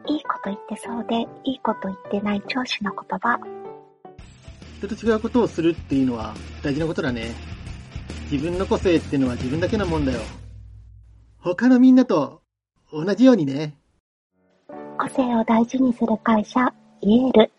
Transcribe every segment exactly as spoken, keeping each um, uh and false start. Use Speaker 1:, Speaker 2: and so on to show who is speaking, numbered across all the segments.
Speaker 1: いいこと言ってそうで、いいこと言ってない上司の言葉。
Speaker 2: 人と違うことをするっていうのは大事なことだね。自分の個性ってのは自分だけのもんだよ。他のみんなと同じようにね。
Speaker 1: 個性を大事にする会社、イエール。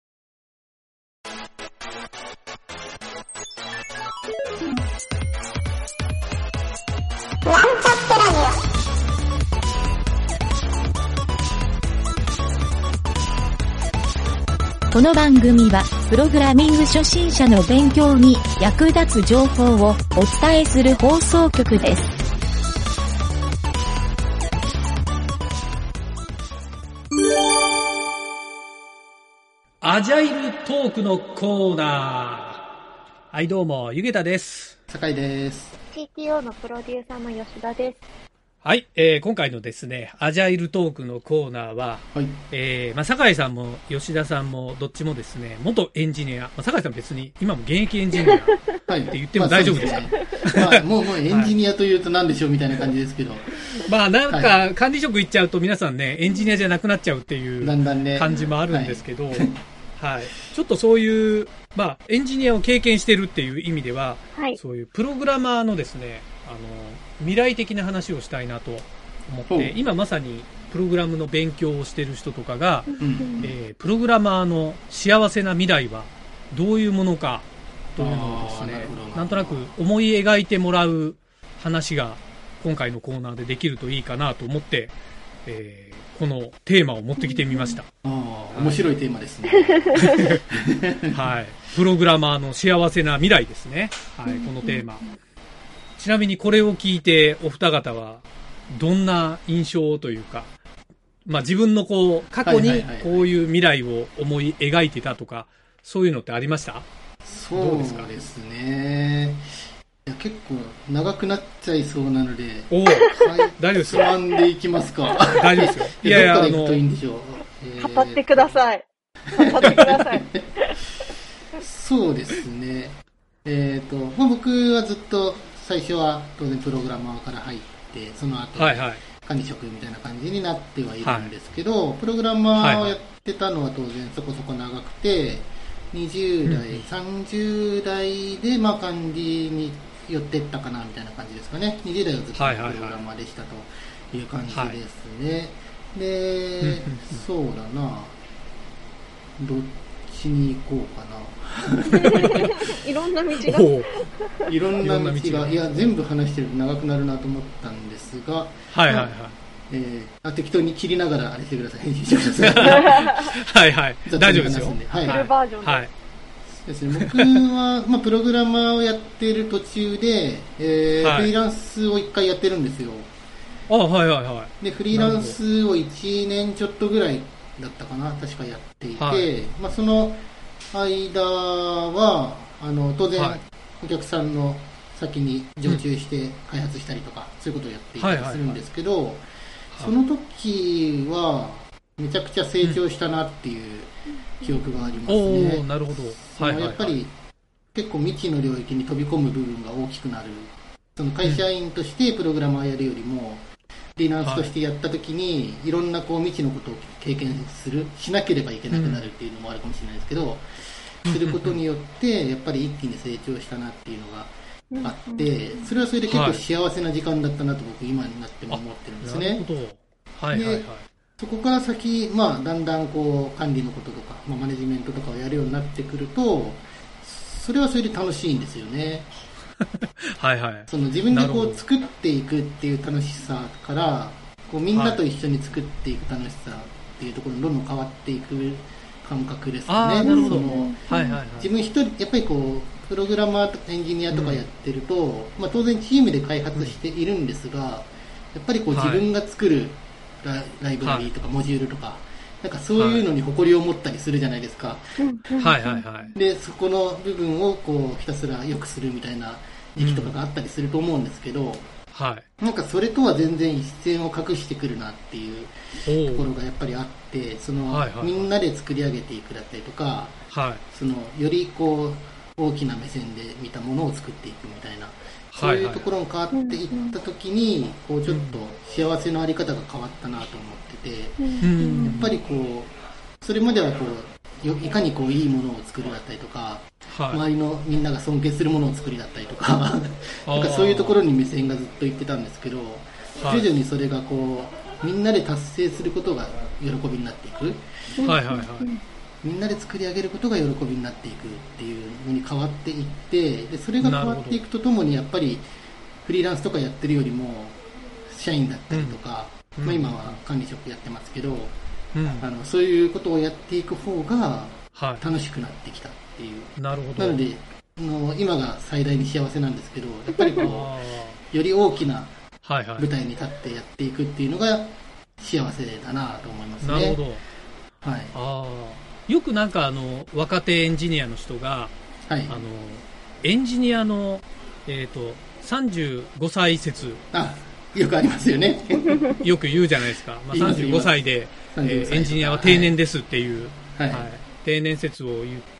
Speaker 3: この番組は、プログラミング初心者の勉強に役立つ情報をお伝えする放送局です。
Speaker 4: アジャイルトークのコーナー。はい、どうも、ゆげたです。
Speaker 2: 酒井です。
Speaker 1: シーティーオー のプロデューサーの吉田です。
Speaker 4: はい、えー、今回のですね、アジャイルトークのコーナーは、はい、えー、まあ、酒井さんも吉田さんもどっちもですね、元エンジニア、まあ、酒井さん別に今も現役エンジニアって言っても大丈夫ですか？
Speaker 2: まあまあ、もう、もうエンジニアというと何でしょうみたいな感じですけど。
Speaker 4: まあなんか管理職行っちゃうと皆さんね、エンジニアじゃなくなっちゃうっていう感じもあるんですけど、だんだんね、はいはい、ちょっとそういう、まあ、エンジニアを経験してるっていう意味では、はい、そういうプログラマーのですね、あの未来的な話をしたいなと思って、今まさにプログラムの勉強をしている人とかが、うんえー、プログラマーの幸せな未来はどういうものかというのをですね、な, なんとなく思い描いてもらう話が今回のコーナーでできるといいかなと思って、えー、このテーマを持ってきてみました。
Speaker 2: あ、面白いテーマですね。
Speaker 4: はい、プログラマーの幸せな未来ですね。はい、このテーマ。ちなみにこれを聞いてお二方はどんな印象というか、まあ自分のこう過去にこういう未来を思い描いてたとか、そういうのってありました？
Speaker 2: そうですね。いや結構長くなっちゃいそうなので、
Speaker 4: おお、大丈夫ですよ。
Speaker 2: つまんでいきますか。
Speaker 4: 大丈夫ですよ。
Speaker 2: いやいや、どっから行くといいんでしょう。
Speaker 1: えー、語ってください。語ってください。
Speaker 2: そうですね。えっと、まあ、僕はずっと最初は当然プログラマーから入って、その後、はいはい、管理職みたいな感じになってはいるんですけど、はい、プログラマーをやってたのは当然そこそこ長くて、にじゅう代、うん、さんじゅう代でまあ管理に寄ってったかなみたいな感じですかね。にじゅう代はずっとプログラマーでしたという感じですね。はいはいはい、で、そうだな、どっちに行こうかな。
Speaker 1: いろんな道
Speaker 2: がいろんな道がいや全部話してると長くなるなと思ったんですが、
Speaker 4: はいはいはい、
Speaker 2: えー、あ適当に切りながらあれしてください、編集してください。
Speaker 4: はいはい、大丈夫ですよ。
Speaker 1: はい、フルバージョンで、はい、
Speaker 2: ですね、僕はまあプログラマーをやっている途中で、えーはい、フリーランスをいっかいやってるんですよ。
Speaker 4: あ、はいはいはい。
Speaker 2: でフリーランスをいちねんちょっとぐらいだったかな、確かやっていて、はい、まあその間はあの当然お客さんの先に常駐して開発したりとか、うん、そういうことをやっていたりするんですけど、はいはいはい、その時はめちゃくちゃ成長したなっていう記憶がありますね。
Speaker 4: おー、なるほど。
Speaker 2: はいはいはい、やっぱり結構未知の領域に飛び込む部分が大きくなる。その会社員としてプログラマーやるよりも、フリーランスとしてやった時に、いろんなこう未知のことを経験する、しなければいけなくなるっていうのもあるかもしれないですけど、することによってやっぱり一気に成長したなっていうのがあって、それはそれで結構幸せな時間だったなと僕今になっても思ってるんですね。
Speaker 4: なるほど。はいはいはい。
Speaker 2: でそこから先、まあ、だんだんこう管理のこととか、まあ、マネジメントとかをやるようになってくると、それはそれで楽しいんですよね。
Speaker 4: はいはい。
Speaker 2: その自分でこう作っていくっていう楽しさから、こうみんなと一緒に作っていく楽しさっていうところにどんどん変わっていく感覚ですかね。
Speaker 4: あ、なるほど。
Speaker 2: その、
Speaker 4: はいはいはい、
Speaker 2: 自分一人やっぱりこうプログラマーとかエンジニアとかやってると、うん、まあ、当然チームで開発しているんですが、やっぱりこう自分が作るラ、ライブラリーとかモジュールとか、なんかそういうのに誇りを持ったりするじゃないですか。
Speaker 4: はいはいはい。
Speaker 2: でそこの部分をこうひたすら良くするみたいな時期とかがあったりすると思うんですけど、うん、
Speaker 4: はい、
Speaker 2: なんかそれとは全然一線を画してくるなっていうところがやっぱりあって、その、はいはいはい、みんなで作り上げていくだったりとか、はい、そのよりこう大きな目線で見たものを作っていくみたいなそういうところも変わっていった時に、こうちょっと幸せのあり方が変わったなと思ってて、うん、やっぱりこうそれまではこういかにこういいものを作るだったりとか、はい、周りのみんなが尊敬するものを作りだったりとかなんかそういうところに目線がずっといってたんですけど、徐々にそれがこうみんなで達成することが喜びになっていく、はいはいはい、みんなで作り上げることが喜びになっていくっていうのに変わっていって、でそれが変わっていくとともにやっぱりフリーランスとかやってるよりも社員だったりとか、うんまあ、今は管理職やってますけど、うん、あのそういうことをやっていく方が楽しくなってきたっていう、はい、なるほど。なのであの今が最大に幸せなんですけど、やっぱりこうより大きな舞台に立ってやっていくっていうのが幸せだなと思いますね。なるほど、はい、
Speaker 4: あよくなんかあの若手エンジニアの人が、はい、あのエンジニアの、えーと、さんじゅうごさい説、
Speaker 2: あよくありますよね
Speaker 4: よく言うじゃないですか、まあ、さんじゅうごさいで、えー、エンジニアは定年ですっていう、はいはいはい、定年説を言って、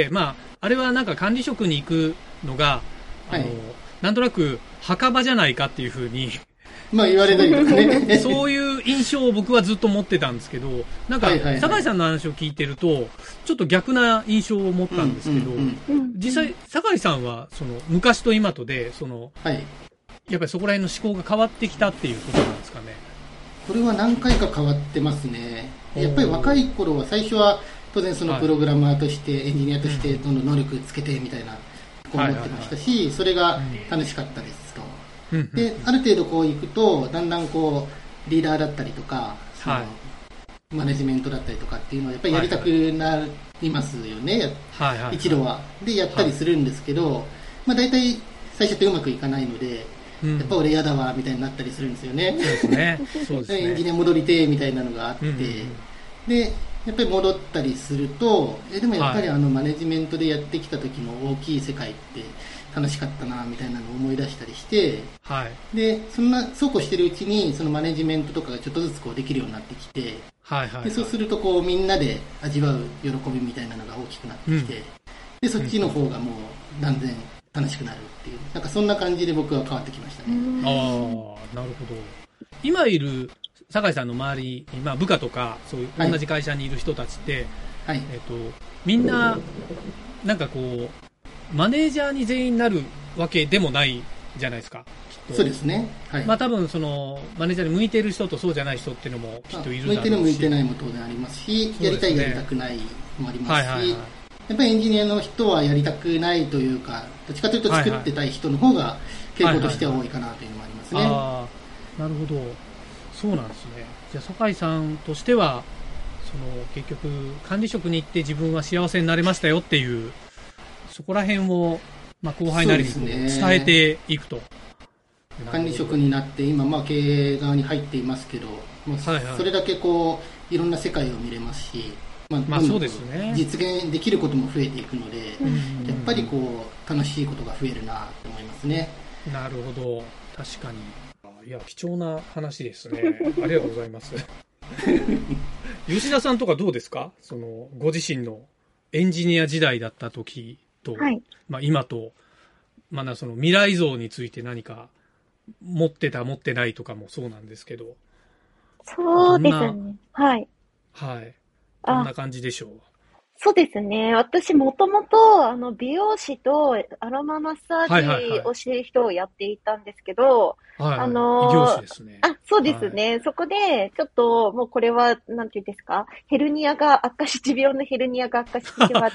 Speaker 4: まあ、あれはなんか管理職に行くのがあの、はい、なんとなく墓場じゃないかっていうふうに
Speaker 2: まあ言われたりとかね
Speaker 4: そういう印象を僕はずっと持ってたんですけど、なんか、酒井さんの話を聞いてると、ちょっと逆な印象を持ったんですけど、うんうんうん、実際、酒井さんは、その、昔と今とで、その、はい、やっぱりそこら辺の思考が変わってきたっていうことなんですかね。
Speaker 2: これは何回か変わってますね。やっぱり若い頃は、最初は、当然そのプログラマーとして、はい、エンジニアとして、どんどん能力つけてみたいな、こう思ってましたし、はいはいはい、それが楽しかったですと。である程度こう行くとだんだんこうリーダーだったりとか、はい、マネジメントだったりとかっていうのはやっぱりやりたくなりますよね、はいはい、一度はでやったりするんですけど、はいまあ、大体最初ってうまくいかないので、うん、やっぱ俺嫌だわみたいになったりするんですよね。そうですね。そうですね。エンジニア戻りてみたいなのがあって、うんうんうん、でやっぱり戻ったりするとえでもやっぱりあのマネジメントでやってきた時の大きい世界って楽しかったなみたいなのを思い出したりして、はい、でそんなそうこうしてるうちにそのマネジメントとかがちょっとずつこうできるようになってきて、はいはいはい、でそうするとこうみんなで味わう喜びみたいなのが大きくなってきて、うん、でそっちの方がもう断然楽しくなるっていうなんかそんな感じで僕は変わってきましたね。
Speaker 4: ああなるほど。今いる酒井さんの周り、まあ、部下とかそういう同じ会社にいる人たちって、はいえーと、みんななんかこうマネージャーに全員なるわけでもないじゃないですか、きっと。
Speaker 2: そうですね。はい。まあ
Speaker 4: 多分そのマネージャーに向いている人とそうじゃない人っていうのもきっといるだろうし。
Speaker 2: 向いてる向いてないも当然ありますし、すね、やりたいやりたくないもありますし、はいはいはい、やっぱりエンジニアの人はやりたくないというか、どっちかというと作ってたい人の方が傾向としては多いかなというのもありますね。はいはいはい、あ
Speaker 4: あ、なるほど。そうなんですね。じゃあ酒井さんとしてはその結局管理職に行って自分は幸せになれましたよっていう。そこら辺を、まあ、後輩なりに伝えていくと、ね、
Speaker 2: 管理職になって今、まあ、経営側に入っていますけど、まあはいはい、それだけこういろんな世界を見れますし、まあまあ、そうですね、実現できることも増えていくので、やっぱりこう楽しいことが増えるなと思いますね。
Speaker 4: なるほど、確かに。いや貴重な話ですね。ありがとうございます吉田さんとかどうですか、そのご自身のエンジニア時代だった時と、はいまあ、今と、まあ、その未来像について何か持ってた持ってないとかもそうなんですけど、
Speaker 1: そうですね。はい。
Speaker 4: はい。どんな感じでしょう。
Speaker 1: そうですね。私もともと、あの、美容師とアロママッサージをしてる人をやっていたんですけど、
Speaker 4: はいはいはい、あのー、異業種ですね。
Speaker 1: あ、そうですね。はい、そこで、ちょっと、もうこれは、なんていうんですか、ヘルニアが悪化し、持病のヘルニアが悪化してしまって、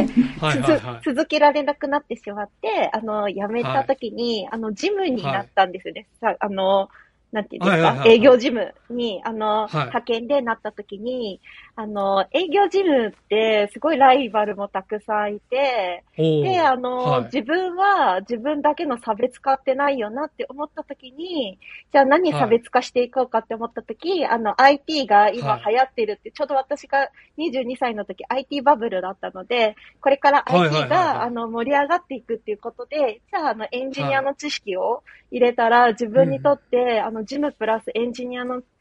Speaker 1: はいはいはい、続けられなくなってしまって、あの、辞めた時に、はい、あの、ジムになったんですよね。はい、あの、なんていうんですか、はいはいはいはい、営業事務に、あの、はい、派遣でなった時に、あの、営業事務ってすごいライバルもたくさんいて、で、あの、はい、自分は自分だけの差別化ってないよなって思った時に、じゃあ何差別化していこうかって思った時、はい、あの、アイティー が今流行ってるって、はい、ちょうど私がにじゅうにさいの時 アイティー バブルだったので、これから アイティー が、はいはいはいはい、あの、盛り上がっていくっていうことで、じゃあ、あの、エンジニアの知識を入れたら、自分にとって、うん、あの、ジムプラスエンジニアの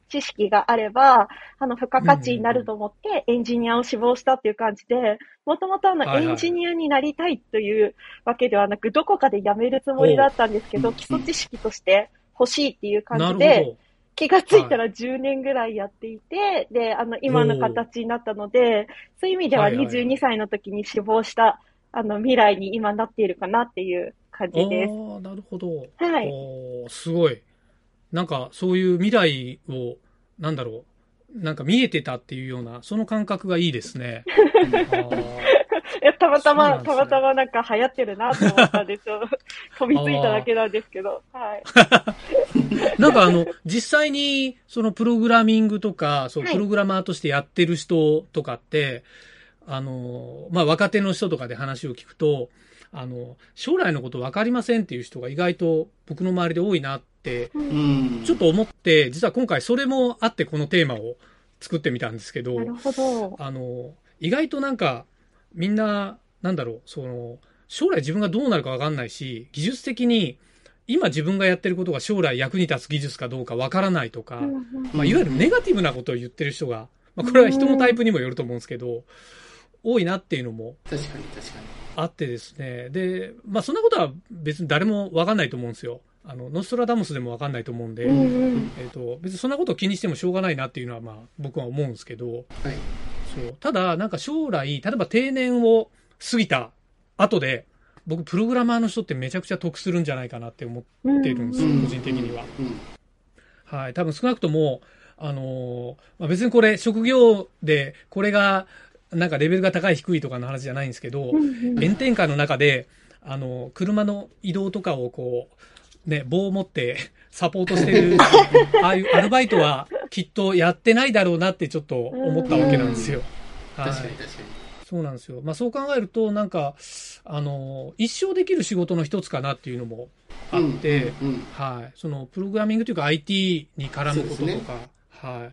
Speaker 1: 知識があれば、あの、付加価値になると思ってエンジニアを志望したっていう感じで、もともとあの、エンジニアになりたいというわけではなく、どこかで辞めるつもりだったんですけど、基礎知識として欲しいっていう感じで、気がついたらじゅうねんぐらいやっていて、はい、で、あの、今の形になったので、そういう意味ではにじゅうにさいの時に志望した、あの、未来に今なっているかなっていう感じです。
Speaker 4: ああ、なるほど。
Speaker 1: はい。
Speaker 4: おすごい。なんか、そういう未来を、なんだろう、なんか見えてたっていうような、その感覚がいいですね。
Speaker 1: いや、たまたま、ね、たまたまなんか流行ってるなと思ったんですよ。飛びついただけなんですけど。はい。
Speaker 4: なんかあの、実際に、そのプログラミングとか、そう、プログラマーとしてやってる人とかって、はい、あの、まあ、若手の人とかで話を聞くと、あの、将来のこと分かりませんっていう人が意外と僕の周りで多いなって、ちょっと思って、実は今回それもあってこのテーマを作ってみたんですけど、
Speaker 1: なるほど。
Speaker 4: あの、意外となんか、みんな、なんだろう、その、将来自分がどうなるか分かんないし、技術的に、今自分がやってることが将来役に立つ技術かどうか分からないとか、うんうん、まあ、いわゆるネガティブなことを言ってる人が、まあ、これは人のタイプにもよると思うんですけど、多いなっていうのも
Speaker 2: 確かに確かに
Speaker 4: あってですね。で、まあそんなことは別に誰も分かんないと思うんですよ。あのノストラダムスでも分かんないと思うんで、うんうん、えーと、別にそんなことを気にしてもしょうがないなっていうのはまあ僕は思うんですけど、はい、そうただなんか将来例えば定年を過ぎた後で僕プログラマーの人ってめちゃくちゃ得するんじゃないかなって思ってるんですよ、うん、個人的には、うんうん、はい、多分少なくともあのーまあ、別にこれ職業でこれがなんかレベルが高い低いとかの話じゃないんですけど、うんうん、炎天下の中であの車の移動とかをこうね棒を持ってサポートしてるああいうアルバイトはきっとやってないだろうなってちょっと思ったわけなんですよ。
Speaker 2: うん、はい、確かに確かに
Speaker 4: そうなんですよ。まあそう考えるとなんかあの一生できる仕事の一つかなっていうのもあって、うんうんうん、はい、そのプログラミングというか アイティー に絡むこととか、ね、はい、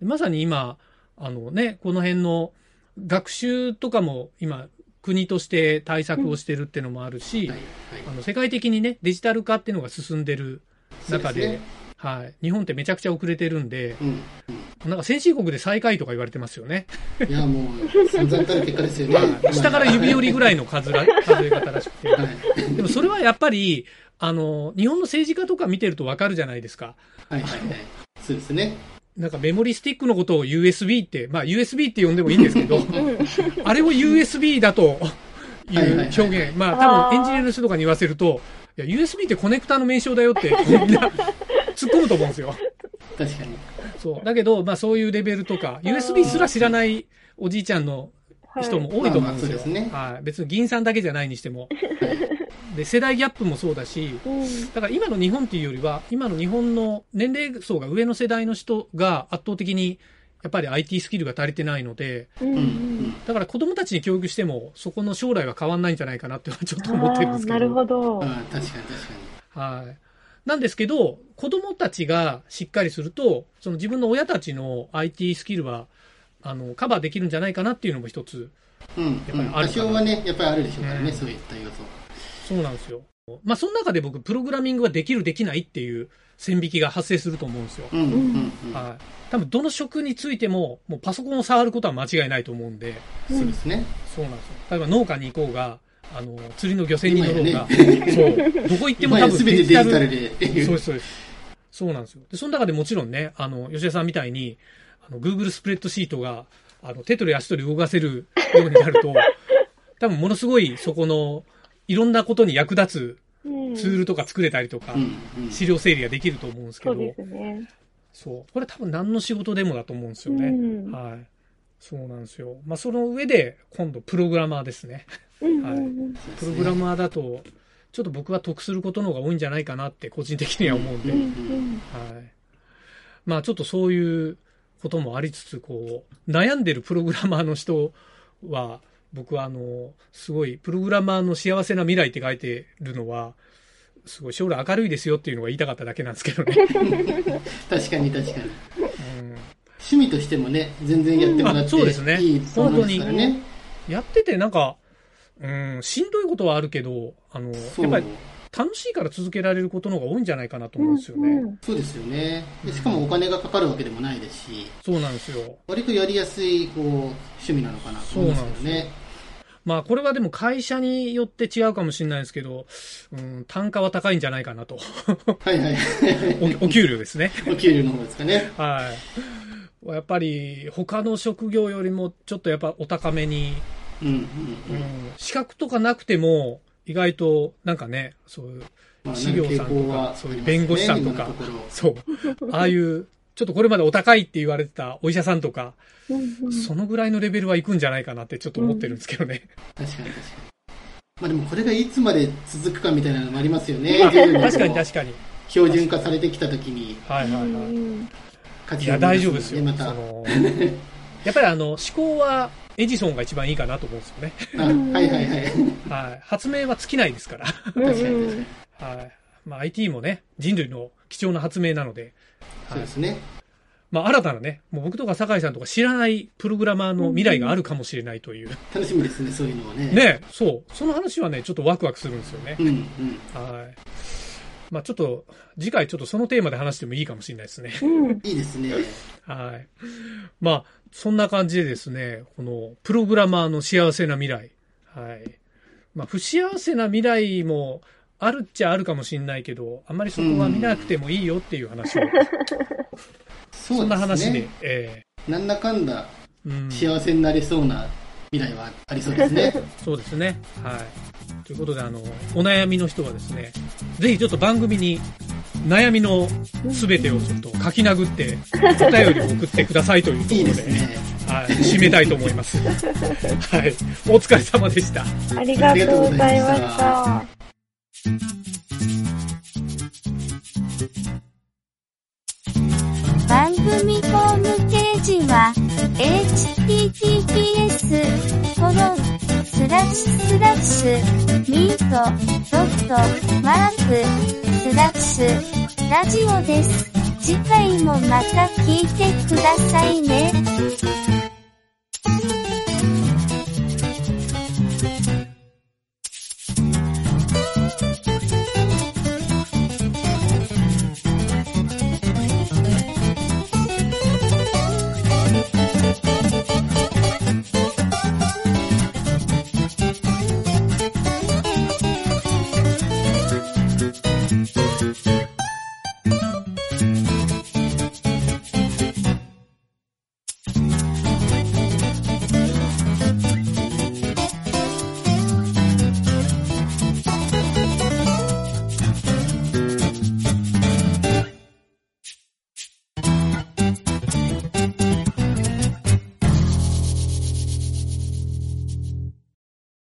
Speaker 4: まさに今あのねこの辺の学習とかも今国として対策をしてるっていうのもあるし、うんはいはい、あの世界的にねデジタル化っていうのが進んでる中 で, で、ね、はい、日本ってめちゃくちゃ遅れてるんで、うんうん、なんか先進国で最下位とか言われてますよね。
Speaker 2: いやもう散々たる結果ですよね。
Speaker 4: 下から指折りぐらいの数ら数え方らしくて、はい、でもそれはやっぱりあの日本の政治家とか見てると分かるじゃないですか。
Speaker 2: はいはいはい、そうですね。
Speaker 4: なんかメモリスティックのことを ユーエスビー って、まあ ユーエスビー って呼んでもいいんですけど、あれを ユーエスビー だという表現、はいはいはい、まあ多分エンジニアの人とかに言わせると、いや ユーエスビー ってコネクタの名称だよってみんな突っ込むと思うんですよ。
Speaker 2: 確かに。
Speaker 4: そう。だけど、まあそういうレベルとか、ユーエスビー すら知らないおじいちゃんの人も多いと思うんですよ。はい、まあまあそうですね。はい。別に銀さんだけじゃないにしても。で、世代ギャップもそうだし、だから今の日本っていうよりは、今の日本の年齢層が上の世代の人が圧倒的にやっぱり アイティー スキルが足りてないので、うん、だから子供たちに教育しても、そこの将来は変わんないんじゃないかなってちょっと思ってるんですけど。
Speaker 1: なるほど。
Speaker 2: あ、確かに確か
Speaker 4: に。はい。なんですけど、子供たちがしっかりすると、その自分の親たちの アイティー スキルは、あの、カバーできるんじゃないかなっていうのも一つ、
Speaker 2: うん、やっぱりあるかな。多少はね、やっぱりあるでしょうからね、うん、そういった要素。
Speaker 4: そうなんですよ。まあ、その中で僕、プログラミングができる、できないっていう線引きが発生すると思うんですよ。うんうんうん、はい。多分、どの職についても、もうパソコンを触ることは間違いないと思うんで。
Speaker 2: そうですね。
Speaker 4: そうなんですよ。例えば農家に行こうが、あの、釣りの漁船に乗ろうが、ね、そう。どこ行っても多分
Speaker 2: デジタルで。
Speaker 4: そうです、そうです。そうなんですよ。で、その中でもちろんね、あの、吉田さんみたいに、あの、Google スプレッドシートが、あの、手取り足取り動かせるようになると、多分ものすごいそこの、いろんなことに役立つツールとか作れたりとか、うんうん、資料整理ができると思うんですけど、
Speaker 1: そうですね。
Speaker 4: そう。これ多分何の仕事でもだと思うんですよね。うん、はい。そうなんですよ。まあ、その上で、今度プログラマーですね。はい。プログラマーだと、ちょっと僕は得することの方が多いんじゃないかなって個人的には思うんで、うんうん、はい。まあ、ちょっとそういうこともありつつ、こう、悩んでるプログラマーの人は、僕はあの、すごい、プログラマーの幸せな未来って書いてるのは、すごい将来明るいですよっていうのが言いたかっただけなんですけどね。
Speaker 2: 確かに確かに、うん。趣味としてもね、全然やってもらって、うん、そうですね。いいと思いますからね。
Speaker 4: 本当に。やっててなんか、うん、しんどいことはあるけど、あの、やっぱり楽しいから続けられることの方が多いんじゃないかなと思うんですよね。うんうん、
Speaker 2: そうですよね。でしかもお金がかかるわけでもないですし。
Speaker 4: そうなんですよ。
Speaker 2: 割とやりやすいこう趣味なのかなと思うんですよね。そうなんですよ。
Speaker 4: まあこれはでも会社によって違うかもしれないですけど、うん、単価は高いんじゃないかなと。
Speaker 2: はいはい
Speaker 4: お。お給料ですね。
Speaker 2: お給料の方ですかね。
Speaker 4: はい。やっぱり他の職業よりもちょっとやっぱお高めに、
Speaker 2: うんうんうんうん、
Speaker 4: 資格とかなくても意外となんかね、そういう資料さんとか、そういう弁護士さんとか、そう、ああいうちょっとこれまでお高いって言われてたお医者さんとか、そのぐらいのレベルは行くんじゃないかなってちょっと思ってるんですけどね。
Speaker 2: うん、確かに確かに。まあでもこれがいつまで続くかみたいなのもありますよね。
Speaker 4: 確かに確かに。
Speaker 2: 標準化されてきたときに。
Speaker 4: はいはいはい。いや大丈夫ですよ。また。そのやっぱりあの思考はエジソンが一番いいかなと思うんですよね。
Speaker 2: あ、はいはいはい。
Speaker 4: はい。発明は尽きないですから。
Speaker 2: 確かに確かに。
Speaker 4: はい。まあ アイティー もね、人類の貴重な発明なので。
Speaker 2: そうですね。
Speaker 4: まあ新たなね、もう僕とか酒井さんとか知らないプログラマーの未来があるかもしれないという。
Speaker 2: 楽しみですね、そういうのはね。
Speaker 4: ね、そう。その話はね、ちょっとワクワクするんですよね。
Speaker 2: うんうん。
Speaker 4: はい。まあちょっと、次回ちょっとそのテーマで話してもいいかもしれないですね。
Speaker 2: うん、いいですね。
Speaker 4: はい。まあ、そんな感じでですね、このプログラマーの幸せな未来。はい。まあ不幸せな未来もあるっちゃあるかもしれないけど、あんまりそこは見なくてもいいよっていう話を。うん、そ, そんな話で。え
Speaker 2: ー、なんだかんだ幸せになれそうな未来はありそうですね。
Speaker 4: そうですね。はい。ということで、あの、お悩みの人はですね、ぜひちょっと番組に悩みのすべてをちょっと書き殴って、お便りを送ってくださいというところで、いいですね、はい、締めたいと思います。はい。お疲れ様でした。
Speaker 1: ありがとうございました。
Speaker 3: 番組ホームページは エイチティーティーピーエス コロンスラッシュスラッシュミートドットマークスラッシュラジオです。次回もまた聞いてくださいね。
Speaker 5: Thank you.